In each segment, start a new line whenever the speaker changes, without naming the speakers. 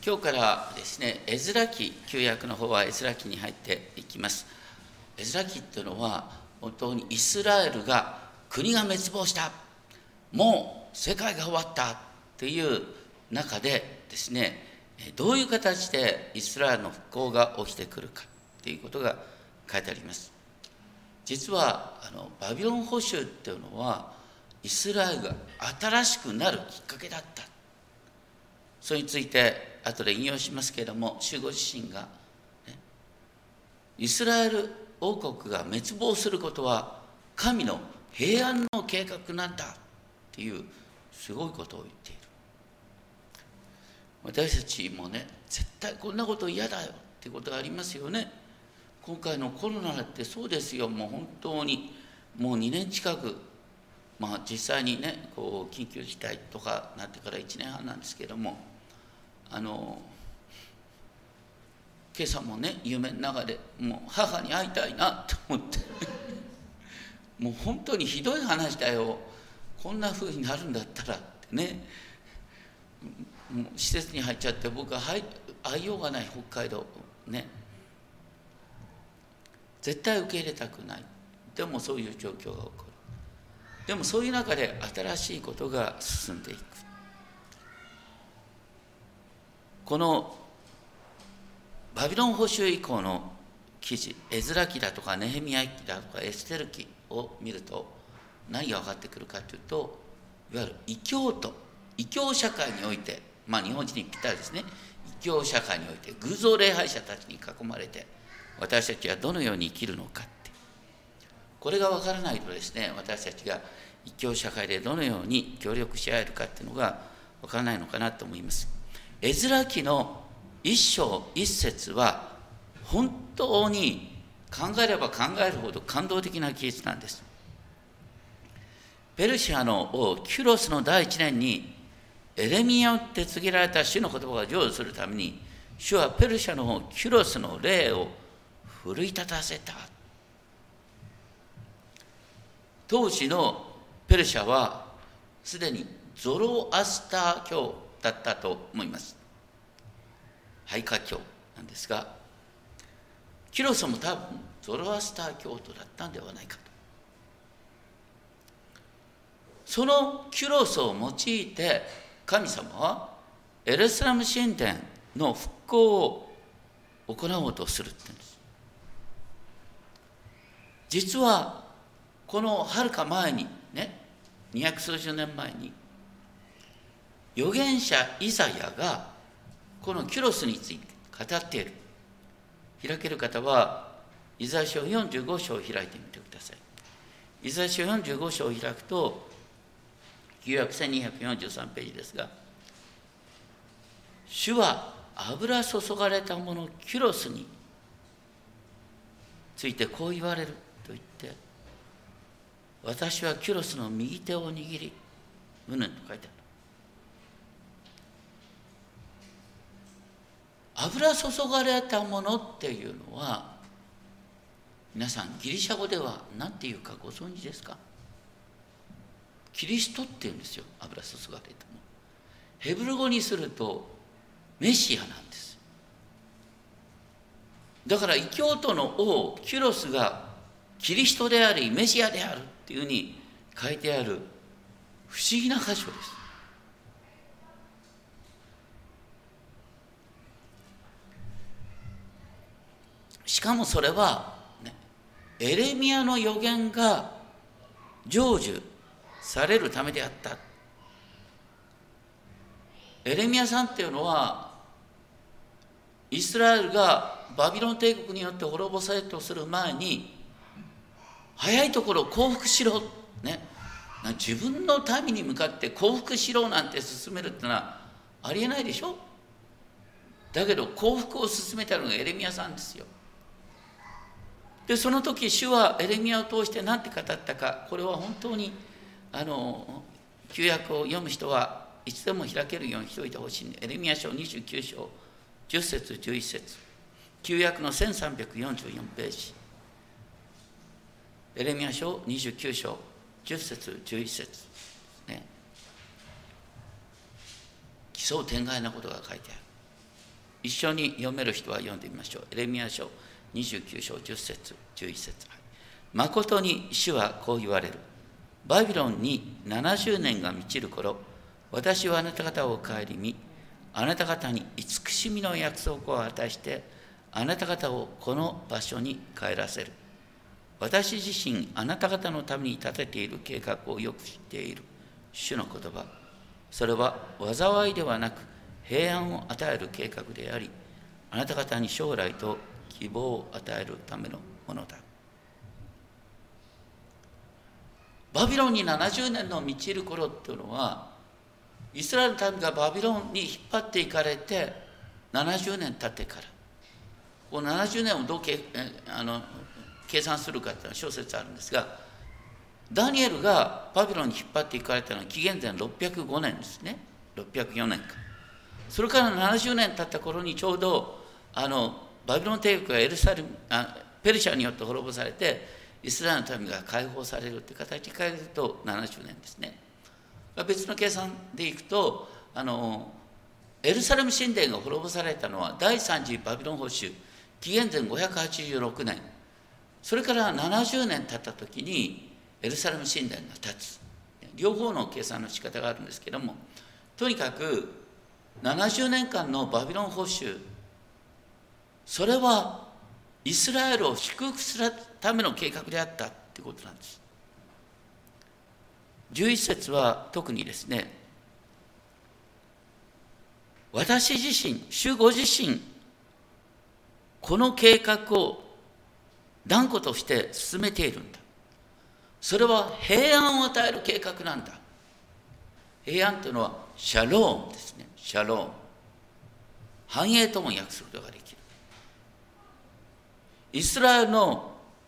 今日からですね、エズラ記、旧約の方はエズラ記に入っていきます。エズラ記というのは、本当にイスラエルが国が滅亡した、もう世界が終わったという中でですね、どういう形でイスラエルの復興が起きてくるかということが書いてあります。実はバビロン捕囚っていうのは、イスラエルが新しくなるきっかけだった。それについて後で引用しますけれども、主ご自身が、ね、イスラエル王国が滅亡することは神の平安の計画なんだっていうすごいことを言っている。私たちもね、絶対こんなこと嫌だよっていうことがありますよね。今回のコロナだってそうですよ。もう本当にもう2年近く、実際にねこう緊急事態とかなってから1年半なんですけれども、今朝もね夢の中でもう母に会いたいなと思ってもう本当にひどい話だよ、こんな風になるんだったらってね、もう施設に入っちゃって、僕は会いようがない北海道ね、絶対受け入れたくない。でもそういう状況が起こる。でもそういう中で新しいことが進んでいく。このバビロン捕囚以降の記事、エズラ記だとかネヘミヤ記だとかエステル記を見ると何が分かってくるかというと、いわゆる異教徒、異教社会において、日本人にぴったりですね、異教社会において偶像礼拝者たちに囲まれて私たちはどのように生きるのかって、これが分からないとですね、私たちが異教社会でどのように協力し合えるかっていうのが分からないのかなと思います。エズラ記の一章一節は本当に考えれば考えるほど感動的な記述なんです。ペルシアの王キュロスの第一年にエレミヤって告げられた主の言葉が成就するために、主はペルシャの王キュロスの霊を奮い立たせた。当時のペルシャはすでにゾロアスター教だったと思います。廃家教なんですが、キュロスも多分ゾロアスター教徒だったんではないかと。そのキュロスを用いて神様はエルサレム神殿の復興を行おうとするって言うんです。実はこのはるか前にね、200数十年前に預言者イザヤがこのキュロスについて語っている。開ける方はイザヤ書45章を開いてみてください。イザヤ書45章を開くと旧約1243ページですが、主は油注がれた者キュロスについてこう言われると言って、私はキュロスの右手を握り、と書いてある。油注がれたものっていうのは、皆さんギリシャ語では何て言うかご存知ですか？キリストっていうんですよ、油注がれたもの。ヘブル語にするとメシアなんです。だから異教徒の王キュロスがキリストでありメシアであるっていうふうに書いてある不思議な箇所です。しかもそれは、ね、エレミヤの預言が成就されるためであった。エレミヤさんっていうのはイスラエルがバビロン帝国によって滅ぼされとする前に、早いところ降伏しろ、ね、自分の民に向かって降伏しろなんて進めるってのはありえないでしょ。だけど降伏を進めたのがエレミヤさんですよ。でその時主はエレミヤを通して何て語ったか、これは本当に旧約を読む人はいつでも開けるようにしておいてほしいんで、エレミヤ書29章10節11節、旧約の1344ページ、エレミヤ書29章10節11節ね、奇想天外なことが書いてある。 一緒に読める人は読んでみましょう。エレミヤ書29章10節11節。まことに主はこう言われる。バビロンに70年が満ちる頃、私はあなた方を顧み、あなた方に慈しみの約束を果して、あなた方をこの場所に帰らせる。私自身、あなた方のために立てている計画をよく知っている主の言葉。それは災いではなく平安を与える計画であり、あなた方に将来と希望を与えるためのものだ。バビロンに70年の満ちる頃っていうのは、イスラエルの民がバビロンに引っ張っていかれて70年経ってから、この70年をどう計算するかというのは諸説あるんですが、ダニエルがバビロンに引っ張っていかれたのは紀元前605年ですね。604年か。それから70年経った頃にちょうどバビロン帝国がペルシャによって滅ぼされて、イスラエルの民が解放されるという形で変えると70年ですね。別の計算でいくと、エルサレム神殿が滅ぼされたのは第3次バビロン捕囚、紀元前586年。それから70年経った時にエルサレム神殿が建つ。両方の計算の仕方があるんですけども、とにかく70年間のバビロン捕囚、それはイスラエルを祝福するための計画であったということなんです。11節は特にですね、私自身、主ご自身、この計画を断固として進めているんだ。それは平安を与える計画なんだ。平安というのはシャロームですね。シャローム。繁栄とも訳することができる。イスラエルの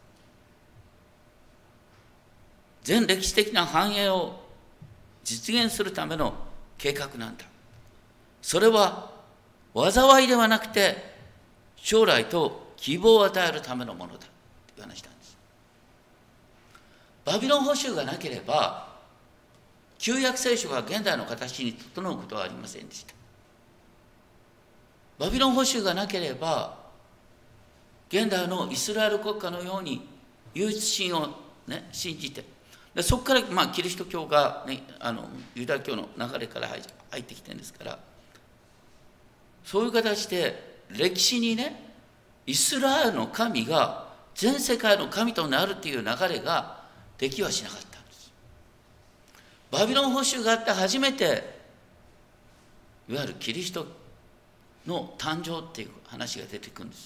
全歴史的な繁栄を実現するための計画なんだ。それは災いではなくて将来と希望を与えるためのものだという話なんです。バビロン捕囚がなければ旧約聖書が現代の形に整うことはありませんでした。バビロン捕囚がなければ現代のイスラエル国家のように唯一神を、信じて、でそこから、キリスト教が、ユダヤ教の流れから入ってきてるんですから、そういう形で歴史にイスラエルの神が全世界の神となるという流れができはしなかったんです。バビロン捕囚があって初めていわゆるキリストの誕生っていう話が出てくるんです。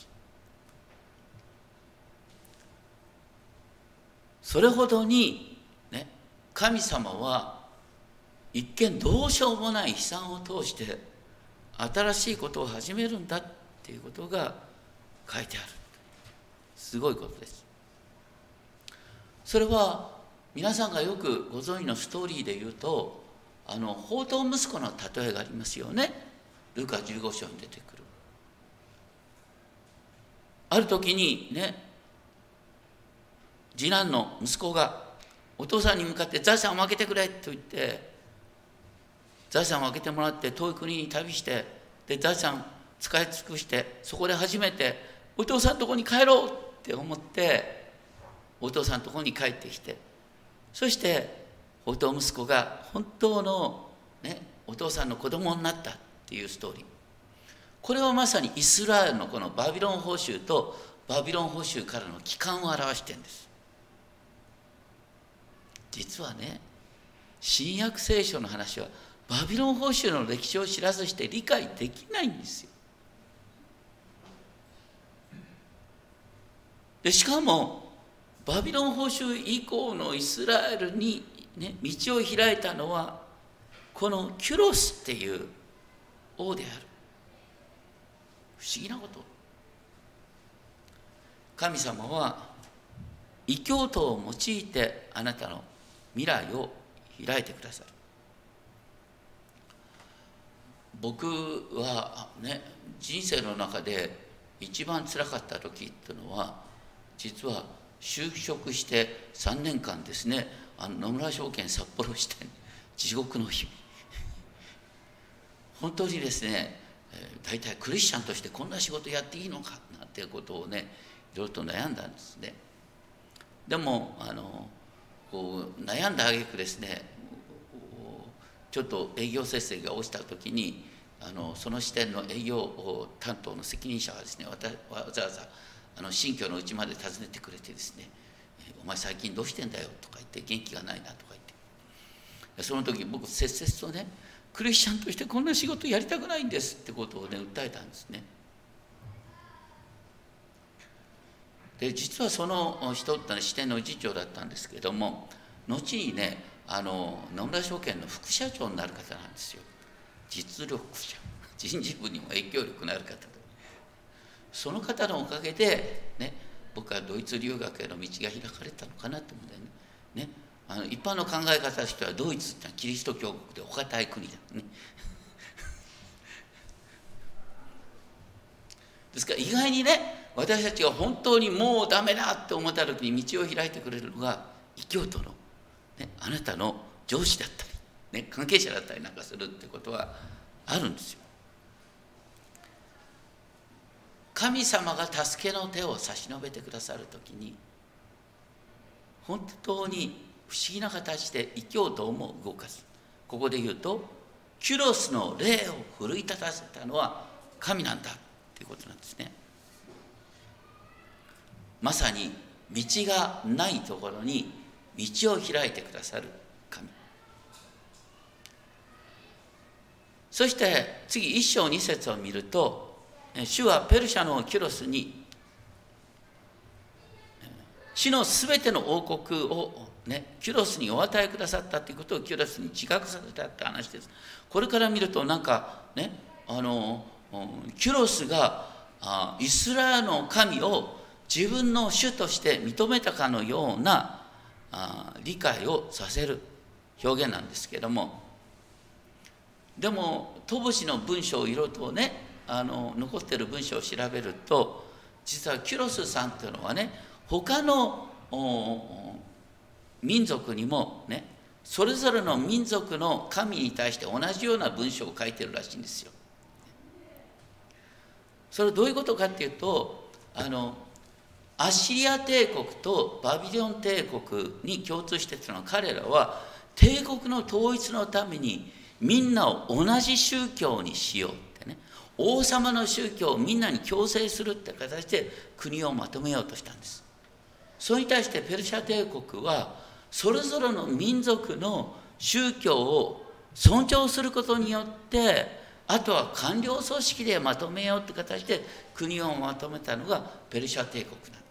それほどに神様は一見どうしようもない悲惨を通して新しいことを始めるんだっていうことが書いてある。すごいことです。それは皆さんがよくご存知のストーリーで言うと、放蕩息子の例えがありますよね。ルカ15章に出てくる。ある時に次男の息子がお父さんに向かって財産を分けてくれと言って財産を分けてもらって遠い国に旅して、で財産使い尽くして、そこで初めてお父さんのところに帰ろうって思ってお父さんのところに帰ってきて、そして放蕩息子が本当の、お父さんの子供になったっていうストーリー。これはまさにイスラエルのこのバビロン捕囚とバビロン捕囚からの帰還を表しているんです。実は新約聖書の話はバビロン捕囚の歴史を知らずして理解できないんですよ。でしかもバビロン捕囚以降のイスラエルに、道を開いたのはこのキュロスっていう王である。不思議なこと。神様は異教徒を用いてあなたの未来を開いてくださる。僕は人生の中で一番つらかった時っていうのは、実は就職して3年間ですね、野村証券札幌支店地獄の日本当にですね、 大体クリスチャンとしてこんな仕事やっていいのかなんていうことをね、いろいろと悩んだんですね。でもこう悩んだ挙句ですね、ちょっと営業成績が落ちた時にその支店の営業担当の責任者がですね、わざわざ新居のうちまで訪ねてくれてですね、お前最近どうしてんだよとか言って、元気がないなとか言って、その時僕切々とね、クリスチャンとしてこんな仕事やりたくないんですってことをね訴えたんですね。で実はその人ってのは支店の次長だったんですけども、後にね野村証券の副社長になる方なんですよ。実力者、人事部にも影響力のある方で、その方のおかげでね、僕はドイツ留学への道が開かれたのかなと思うんだよね。一般の考え方としてはドイツってのはキリスト教国でお堅い国だね。ですから意外にね、私たちが本当にもうダメだって思った時に道を開いてくれるのが異教徒の、ね、あなたの上司だったり、ね、関係者だったりなんかするってことはあるんですよ。神様が助けの手を差し伸べてくださる時に、本当に不思議な形で異教徒も動かす。ここで言うと、キュロスの霊を奮い立たせたのは神なんだということなんですね。まさに道がないところに道を開いてくださる神。そして次1章2節を見ると、主はペルシャのキュロスに主のすべての王国をね、キュロスにお与えくださったということをキュロスに自覚させたって話です。これから見るとなんかね、キュロスがイスラエルの神を自分の主として認めたかのような理解をさせる表現なんですけども、でも当時の文章をいろいろとね、残っている文章を調べると、実はキュロスさんというのはね、他の民族にもね、それぞれの民族の神に対して同じような文章を書いてるらしいんですよ。それはどういうことかっていうと、アッシリア帝国とバビロン帝国に共通していたのは、彼らは帝国の統一のためにみんなを同じ宗教にしようってね、王様の宗教をみんなに強制するって形で国をまとめようとしたんです。それに対してペルシャ帝国はそれぞれの民族の宗教を尊重することによって、あとは官僚組織でまとめようって形で国をまとめたのがペルシャ帝国なんです。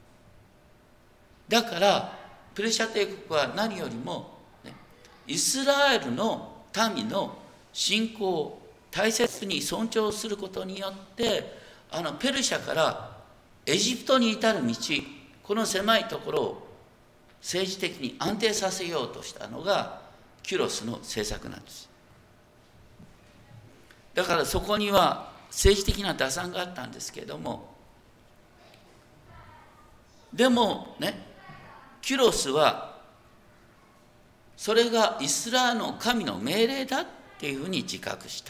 だからペルシャ帝国は何よりも、ね、イスラエルの民の信仰を大切に尊重することによって、ペルシャからエジプトに至る道、この狭いところを政治的に安定させようとしたのがキュロスの政策なんです。だからそこには政治的な打算があったんですけれども、でもね、キュロスはそれがイスラエルの神の命令だっていうふうに自覚した。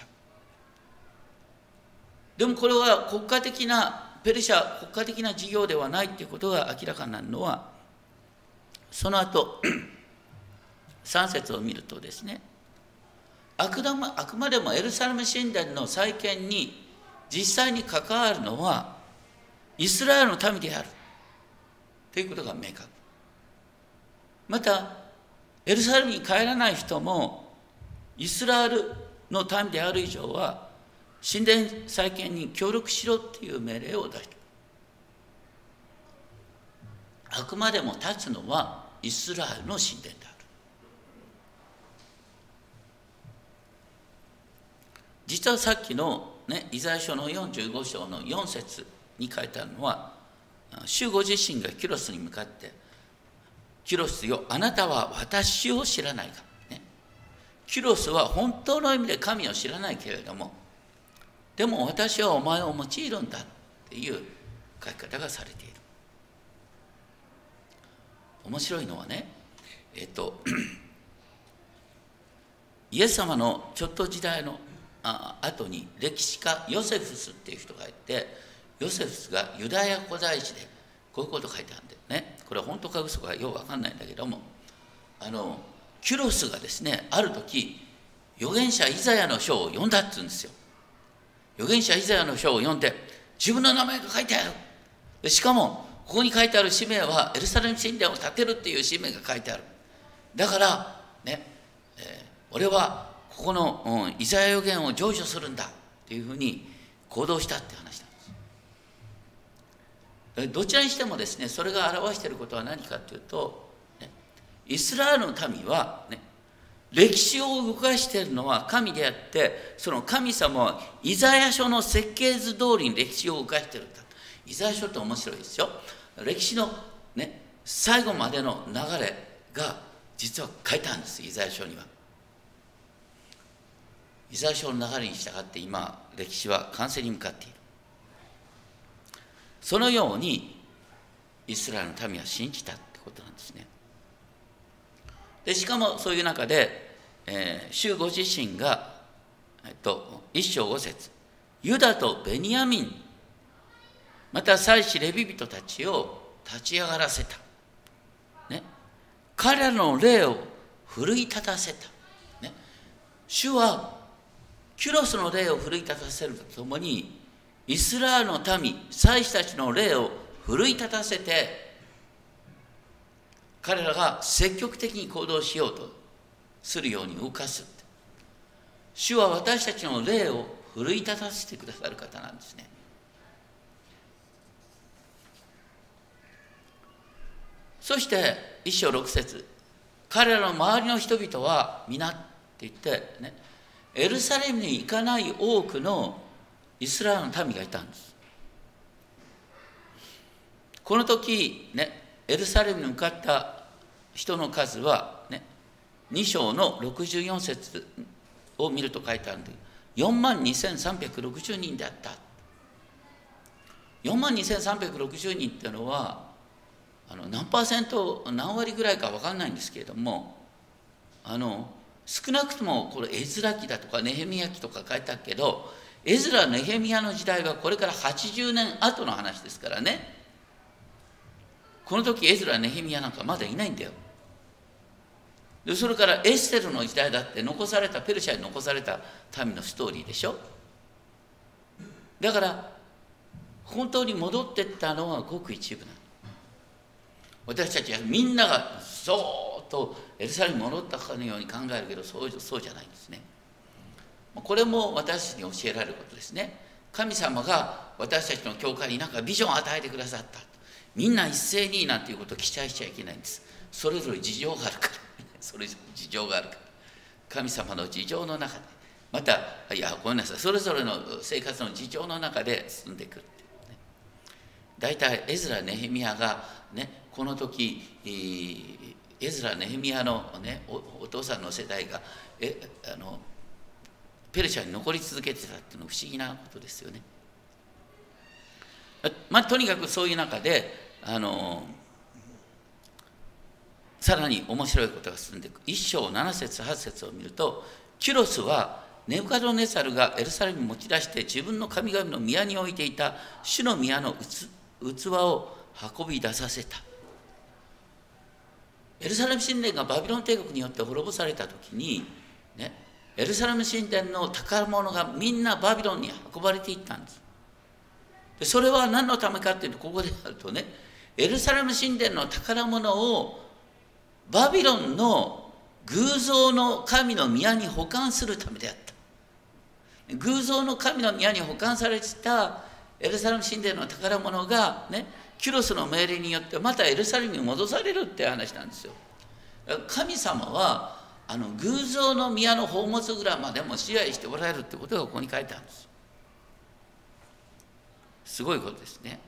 でもこれは国家的なペルシャ国家的な事業ではないということが明らかになるのは、その後3節を見るとですね、あくまでもエルサレム神殿の再建に実際に関わるのはイスラエルの民であるということが明確。またエルサレムに帰らない人もイスラエルの民である以上は神殿再建に協力しろという命令を出した。あくまでも立つのはイスラエルの神殿である。実はさっきの、ね、イザヤ書の45章の4節に書いてあるのは、主ご自身がキュロスに向かって、キュロスよ、あなたは私を知らないか、ね。キュロスは本当の意味で神を知らないけれども、でも私はお前を用いるんだっていう書き方がされている。面白いのはね、イエス様のちょっと時代の後に歴史家ヨセフスっていう人がいて、ヨセフスがユダヤ古代史でこういうこと書いてあるんだよね。これは本当か嘘かよく分かんないんだけども、キュロスがですね、ある時預言者イザヤの書を読んだって言うんですよ。預言者イザヤの書を読んで、自分の名前が書いてある。しかもここに書いてある使命はエルサレム神殿を建てるっていう使命が書いてある。だからね、俺はここの、イザヤ預言を成就するんだっていうふうに行動したって話なんです。どちらにしてもですね、それが表していることは何かというと、ね、イスラエルの民はね、歴史を動かしているのは神であって、その神様はイザヤ書の設計図通りに歴史を動かしているんだ。イザヤ書って面白いですよ。歴史の、ね、最後までの流れが実は書いてあるんです、イザヤ書には。イザヤ書の流れに従って今歴史は完成に向かっている。そのようにイスラエルの民は信じたってことなんですね。でしかもそういう中で、主ご自身が、1章5節、ユダとベニヤミン、また祭司レビ人たちを立ち上がらせた、ね、彼らの霊を奮い立たせた、ね、主はキュロスの霊を奮い立たせるとともに、イスラエルの民、祭司たちの霊を奮い立たせて、彼らが積極的に行動しようとするように動かす。主は私たちの霊を奮い立たせてくださる方なんですね。そして1章6節、彼らの周りの人々は皆って言ってね、エルサレムに行かない多くのイスラエルの民がいたんです。この時ね、エルサレムに向かった人の数は、ね、2章の64節を見ると書いてあるんで、42,360人であった。42,360人っていうのは何パーセント、何割ぐらいか分かんないんですけれども、少なくともこれエズラ記だとかネヘミヤ記とか書いてあるけど、エズラ・ネヘミヤの時代はこれから80年後の話ですからね。この時エズラ・ネヘミヤなんかまだいないんだよ。でそれからエステルの時代だって残された、ペルシャに残された民のストーリーでしょ。だから本当に戻っていったのはごく一部なの。私たちはみんながそーっとエルサレムに戻ったかのように考えるけど、そうじゃないんですね。これも私たちに教えられることですね。神様が私たちの教会に何かビジョンを与えてくださった。みんな一斉になんていうことを期待しちゃいけないんです。それぞれ事情があるから。それぞれ事情があるから。神様の事情の中で、また、ごめんなさい、それぞれの生活の事情の中で進んでくる。大体エズラ・ネヘミヤがね、この時エズラ・ネヘミヤの、ね、お父さんの世代がペルシャに残り続けてたっていうのは不思議なことですよね。とにかくそういう中でさらに面白いことが進んでいく。1章7節8節を見ると、キュロスはネブカドネザルがエルサレムに持ち出して自分の神々の宮に置いていた主の宮の器を運び出させた。エルサレム神殿がバビロン帝国によって滅ぼされた時に、ね、エルサレム神殿の宝物がみんなバビロンに運ばれていったんです。でそれは何のためかっていうと、ここであるとね、エルサレム神殿の宝物をバビロンの偶像の神の宮に保管するためであった。偶像の神の宮に保管されてたエルサレム神殿の宝物がね、キュロスの命令によってまたエルサレムに戻されるって話なんですよ。神様は偶像の宮の宝物蔵までも支配しておられるってことがここに書いてあるんです。すごいことですね。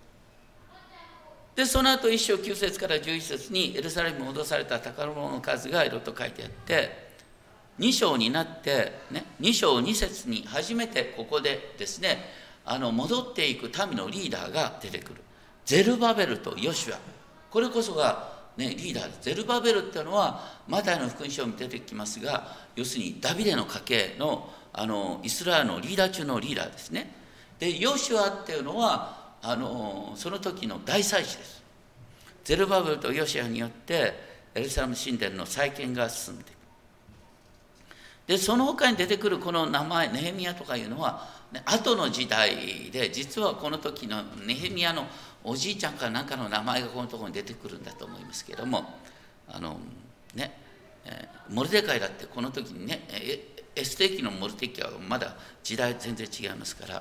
でその後1章9節から11節にエルサレムに戻された宝物の数がいろいろと書いてあって、2章になって、ね、2章2節に初めてここでですね、戻っていく民のリーダーが出てくる。ゼルバベルとヨシュア、これこそが、 リーダーです。ゼルバベルっていうのはマタイの福音書に出てきますが、要するにダビデの家系のイスラエルのリーダー中のリーダーですね。でヨシュアっていうのはその時の大祭司です。ゼルバベルとヨシュアによってエルサレム神殿の再建が進んでいく。でその他に出てくるこの名前ネヘミヤとかいうのは、後の時代で、実はこの時のネヘミヤのおじいちゃんかなんかの名前がこのところに出てくるんだと思いますけれども、モルデカイだってこの時にね、エステー記のモルデカイはまだ時代全然違いますから、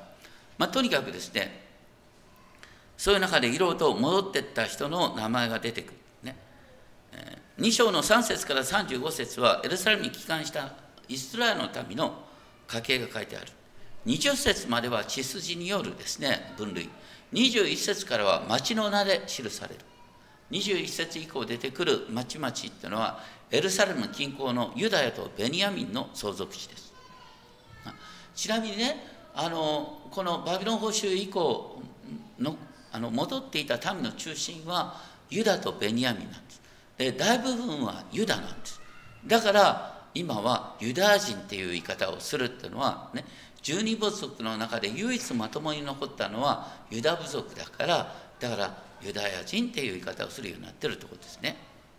とにかくですね、そういう中でいろいろと戻っていった人の名前が出てくる、2章の3節から35節はエルサレムに帰還したイスラエルの民の家系が書いてある。20節までは血筋によるですね、分類。21節からは町の名で記される。21節以降出てくる町々っていうのはエルサレム近郊のユダヤとベニヤミンの相続地です。ちなみにね、このバビロン捕囚以降の戻っていた民の中心はユダとベニヤミンなんです。で大部分はユダなんです。だから今はユダヤ人っていう言い方をするっていうのはね、12部族の中で唯一まともに残ったのはユダ部族だから、ユダヤ人っていう言い方をするようになってるってことですね。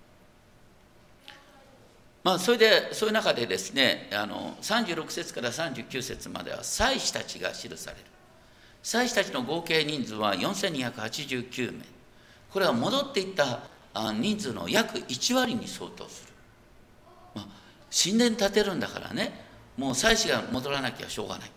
それでそういう中でですね、36節から39節までは祭司たちが記される。祭司たちの合計人数は4289名。これは戻っていった人数の約1割に相当する。神殿建てるんだからね、もう祭司が戻らなきゃしょうがない。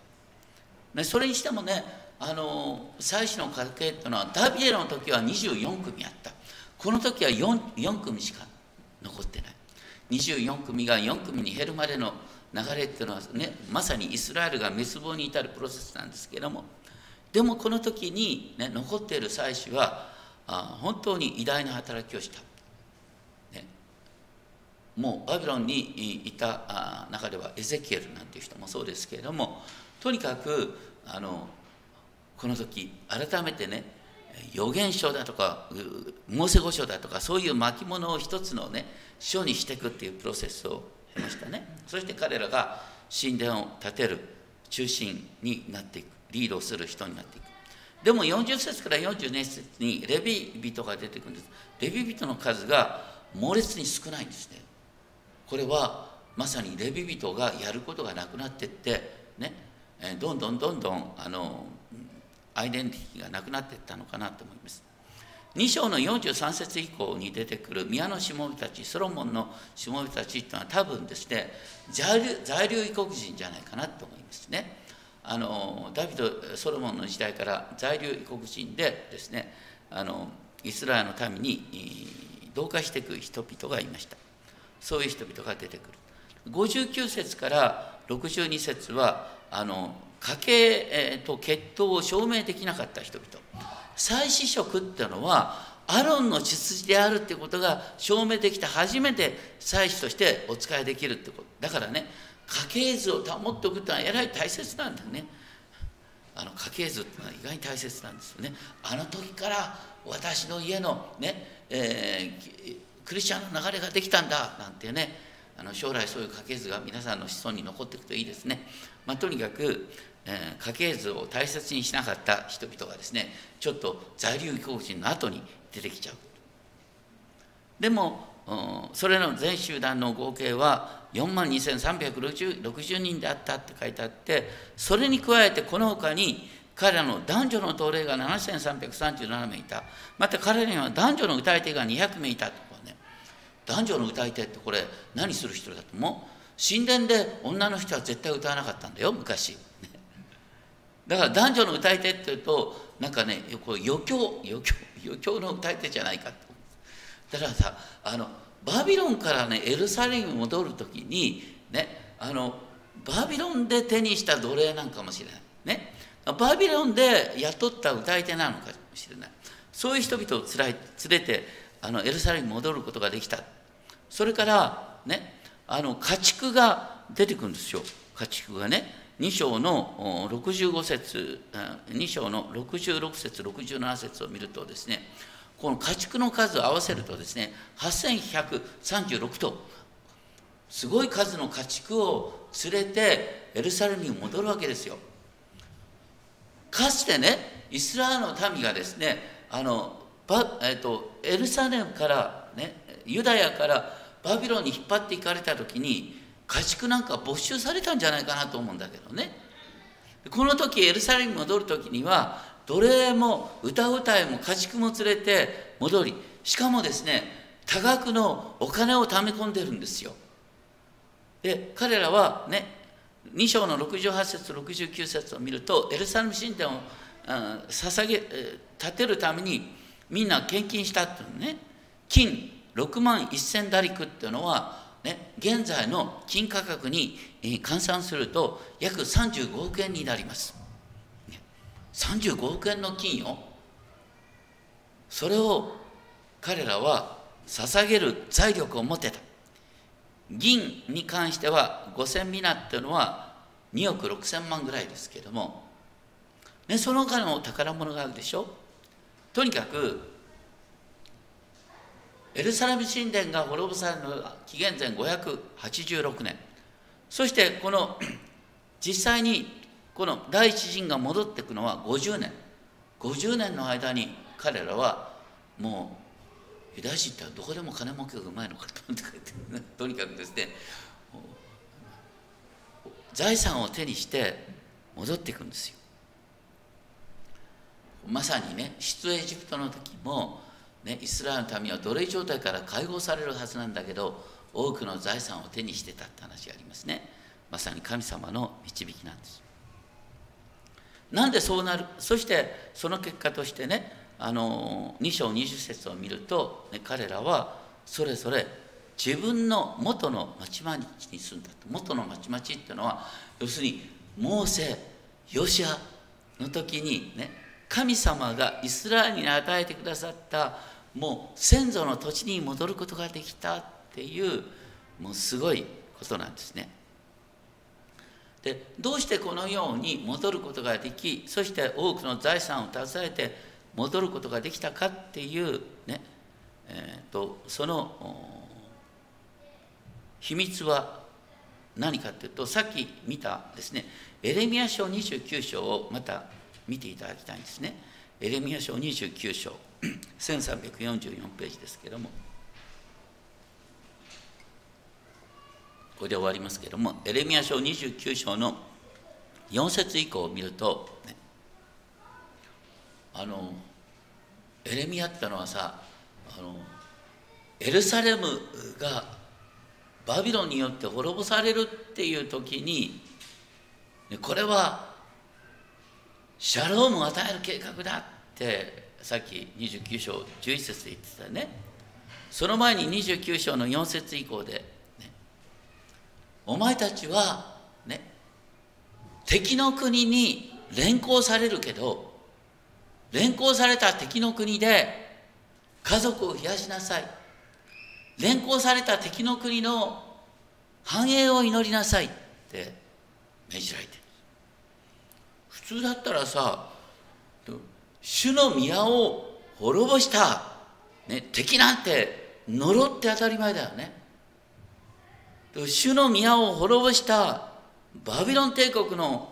それにしてもね、祭司の家系というのはダビデの時は24組あった。この時は 4組しか残ってない。24組が4組に減るまでの流れっていうのはね、まさにイスラエルが滅亡に至るプロセスなんですけれども、でもこの時に、ね、残っている祭司は本当に偉大な働きをした。もうバビロンにいた中ではエゼキエルなんていう人もそうですけれども、とにかくこの時改めてね、預言書だとかモーセ五書だとか、そういう巻物を一つのね書にしていくっていうプロセスを経ましたね。そして彼らが神殿を建てる中心になっていく、リードする人になっていく。でも40節から42節にレビ人が出てくるんです。レビ人の数が猛烈に少ないんですね。これはまさにレビ人がやることがなくなっていってね、どんどんアイデンティティがなくなっていったのかなと思います。2章の43節以降に出てくる宮のしもべたち、ソロモンのしもべたちというのは多分ですね、在留異国人じゃないかなと思いますね。ダビデ、ソロモンの時代から在留異国人でですね、イスラエルの民に同化していく人々がいました。そういう人々が出てくる。59節から62節は家系と血統を証明できなかった人々。祭司職っていうのはアロンの血筋であるっていうことが証明できて初めて祭司としてお仕えできるってことだからね、家系図を保っておくってのはえらい大切なんだよね。家系図ってのは意外に大切なんですよね。あの時から私の家のね、クリスチャンの流れができたんだなんてね、将来そういう家系図が皆さんの子孫に残っていくといいですね。とにかく、家系図を大切にしなかった人々がですね、ちょっと在留異国人の後に出てきちゃう。でもそれの全集団の合計は42,360人であったって書いてあって、それに加えてこの他に彼らの男女の奴隷が7,337名いた。また彼らには男女の歌い手が200名いたとかね。男女の歌い手ってこれ何する人だと思う？神殿で女の人は絶対歌わなかったんだよ昔。だから男女の歌い手っていうとなんかね、余興の歌い手じゃないかと。だからさ、バビロンからねエルサレムに戻る時にね、バビロンで手にした奴隷なんかもしれないね、バビロンで雇った歌い手なのかもしれない。そういう人々を連れてエルサレムに戻ることができた。それからね、家畜が出てくるんですよ。家畜がね、2章の65節2章の66節67節を見るとですね、 この家畜の数を合わせるとですね、8136頭、すごい数の家畜を連れてエルサレムに戻るわけですよ。かつてね、イスラエルの民がですね、エルサレムからね、ユダヤからバビロンに引っ張っていかれた時に、家畜なんか没収されたんじゃないかなと思うんだけどね。この時エルサレムに戻る時には、奴隷も歌うたいも家畜も連れて戻り、しかもですね、多額のお金を貯め込んでるんですよ。で、彼らはね、2章の68節69節を見ると、エルサレム神殿を建てるためにみんな献金したっていうのね。金6万1000ダリクっていうのは、ね、現在の金価格に換算すると約35億円になります。35億円の金よ。それを彼らは捧げる財力を持ってた。銀に関しては5000ミナっていうのは2億6000万ぐらいですけども、ね、その他の宝物があるでしょ。とにかくエルサレム神殿が滅ぼされるのは紀元前586年。そしてこの実際にこの第一陣が戻っていくのは50年。50年の間に彼らはもうユダヤ人ってどこでも金儲けがうまいのかとにかくですね、財産を手にして戻っていくんですよ。まさにね、出エジプトの時もね、イスラエルの民は奴隷状態から解放されるはずなんだけど、多くの財産を手にしてたって話がありますね。まさに神様の導きなんです。なんでそうなる。そしてその結果としてね、2章20節を見ると、ね、彼らはそれぞれ自分の元の町々に住んだと。元の町々っていうのは、要するにモーセ、ヨシアの時にね、神様がイスラエルに与えてくださったもう先祖の土地に戻ることができたっていう、もうすごいことなんですね。で、どうしてこのように戻ることができ、そして多くの財産を携えて戻ることができたかっていうね、その秘密は何かというと、さっき見たですね、エレミヤ書29章をまた見ていただきたいんですね。エレミヤ書29章1344ページですけども、これで終わりますけども、エレミヤ書29章の4節以降を見ると、ね、エレミヤってのはさ、エルサレムがバビロンによって滅ぼされるっていう時に、これはシャロームを与える計画だってさっき29章11節で言ってたね。その前に29章の4節以降で、ね、お前たちは、ね、敵の国に連行されるけど、連行された敵の国で家族を増やしなさい。連行された敵の国の繁栄を祈りなさいって命じられてる。普通だったらさ、主の宮を滅ぼした、ね、敵なんて呪って当たり前だよね。主の宮を滅ぼしたバビロン帝国の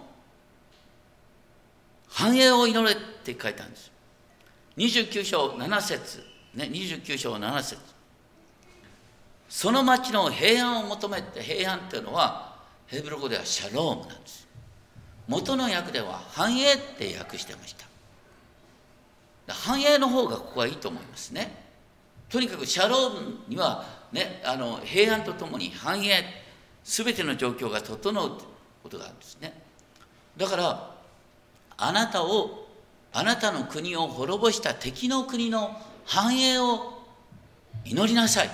繁栄を祈れって書いたんです。29章7節、ね、29章7節、その町の平安を求めて、平安っていうのはヘブル語ではシャロームなんです。元の訳では繁栄って訳してました。繁栄の方がここはいいと思いますね。とにかくシャロームには、ね、平安とともに繁栄、すべての状況が整うということがあるんですね。だからあなたの国を滅ぼした敵の国の繁栄を祈りなさい。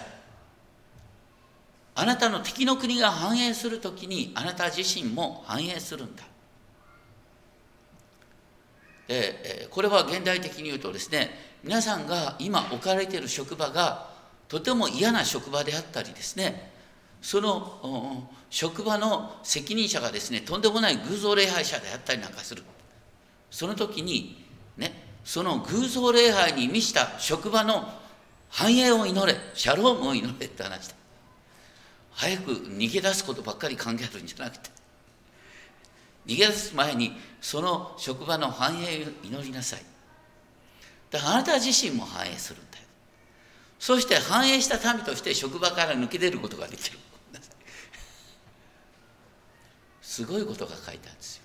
あなたの敵の国が繁栄するときにあなた自身も繁栄するんだ。これは現代的に言うとですね、皆さんが今置かれている職場がとても嫌な職場であったりですね、その職場の責任者がですね、とんでもない偶像礼拝者であったりなんかする。その時にね、 その偶像礼拝に満ちた職場の繁栄を祈れ、シャロームを祈れって話だ。早く逃げ出すことばっかり考えるんじゃなくて、逃げ出す前にその職場の繁栄を祈りなさい。だからあなた自身も繁栄するんだよ。そして繁栄した民として職場から抜け出ることができる。すごいことが書いてあるんですよ。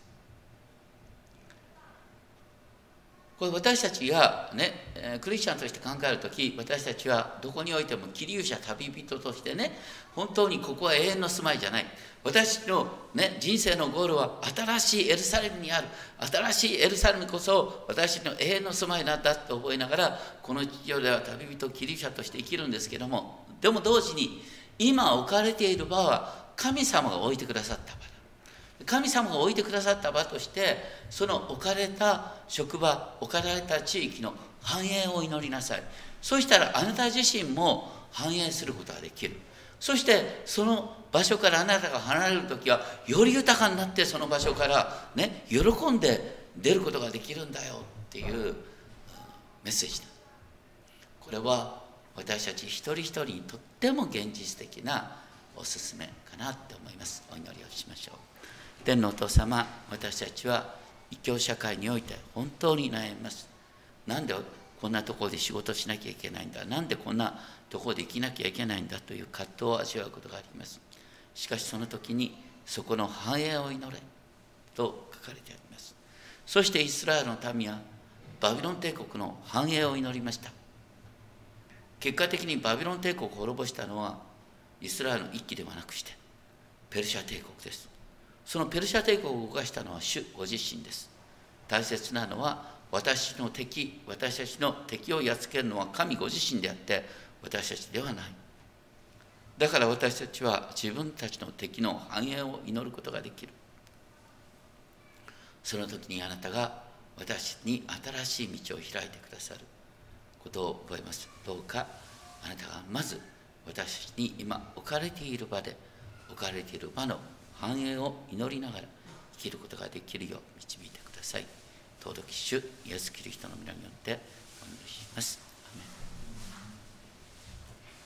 これ私たちがね、クリスチャンとして考えるとき、私たちはどこにおいても寄留者、旅人としてね、本当にここは永遠の住まいじゃない。私の、ね、人生のゴールは新しいエルサレムにある。新しいエルサレムこそ私の永遠の住まいなんだと覚えながら、この地上では旅人、寄留者として生きるんですけども、でも同時に今置かれている場は神様が置いてくださった場。神様が置いてくださった場として、その置かれた職場、置かれた地域の繁栄を祈りなさい。そうしたらあなた自身も繁栄することができる。そしてその場所からあなたが離れるときは、より豊かになってその場所からね、喜んで出ることができるんだよっていうメッセージだ。これは私たち一人一人にとっても現実的なお勧めかなって思います。お祈りをしましょう。天のお父様、私たちは異教社会において本当に悩みます。なんでこんなところで仕事しなきゃいけないんだ、なんでこんなところで生きなきゃいけないんだという葛藤を味わうことがあります。しかしその時にそこの繁栄を祈れと書かれてあります。そしてイスラエルの民はバビロン帝国の繁栄を祈りました。結果的にバビロン帝国を滅ぼしたのはイスラエルの一揆ではなくしてペルシャ帝国です。そのペルシャ帝国を動かしたのは主ご自身です。大切なのは私たちの敵をやっつけるのは神ご自身であって私たちではない。だから私たちは自分たちの敵の繁栄を祈ることができる。その時にあなたが私に新しい道を開いてくださることを覚えます。どうかあなたがまず私たちに今置かれている場で置かれている場の繁栄を祈りながら生きることができるよう導いてください。尊き主イエスキリストの皆によってお祈りします。アメン。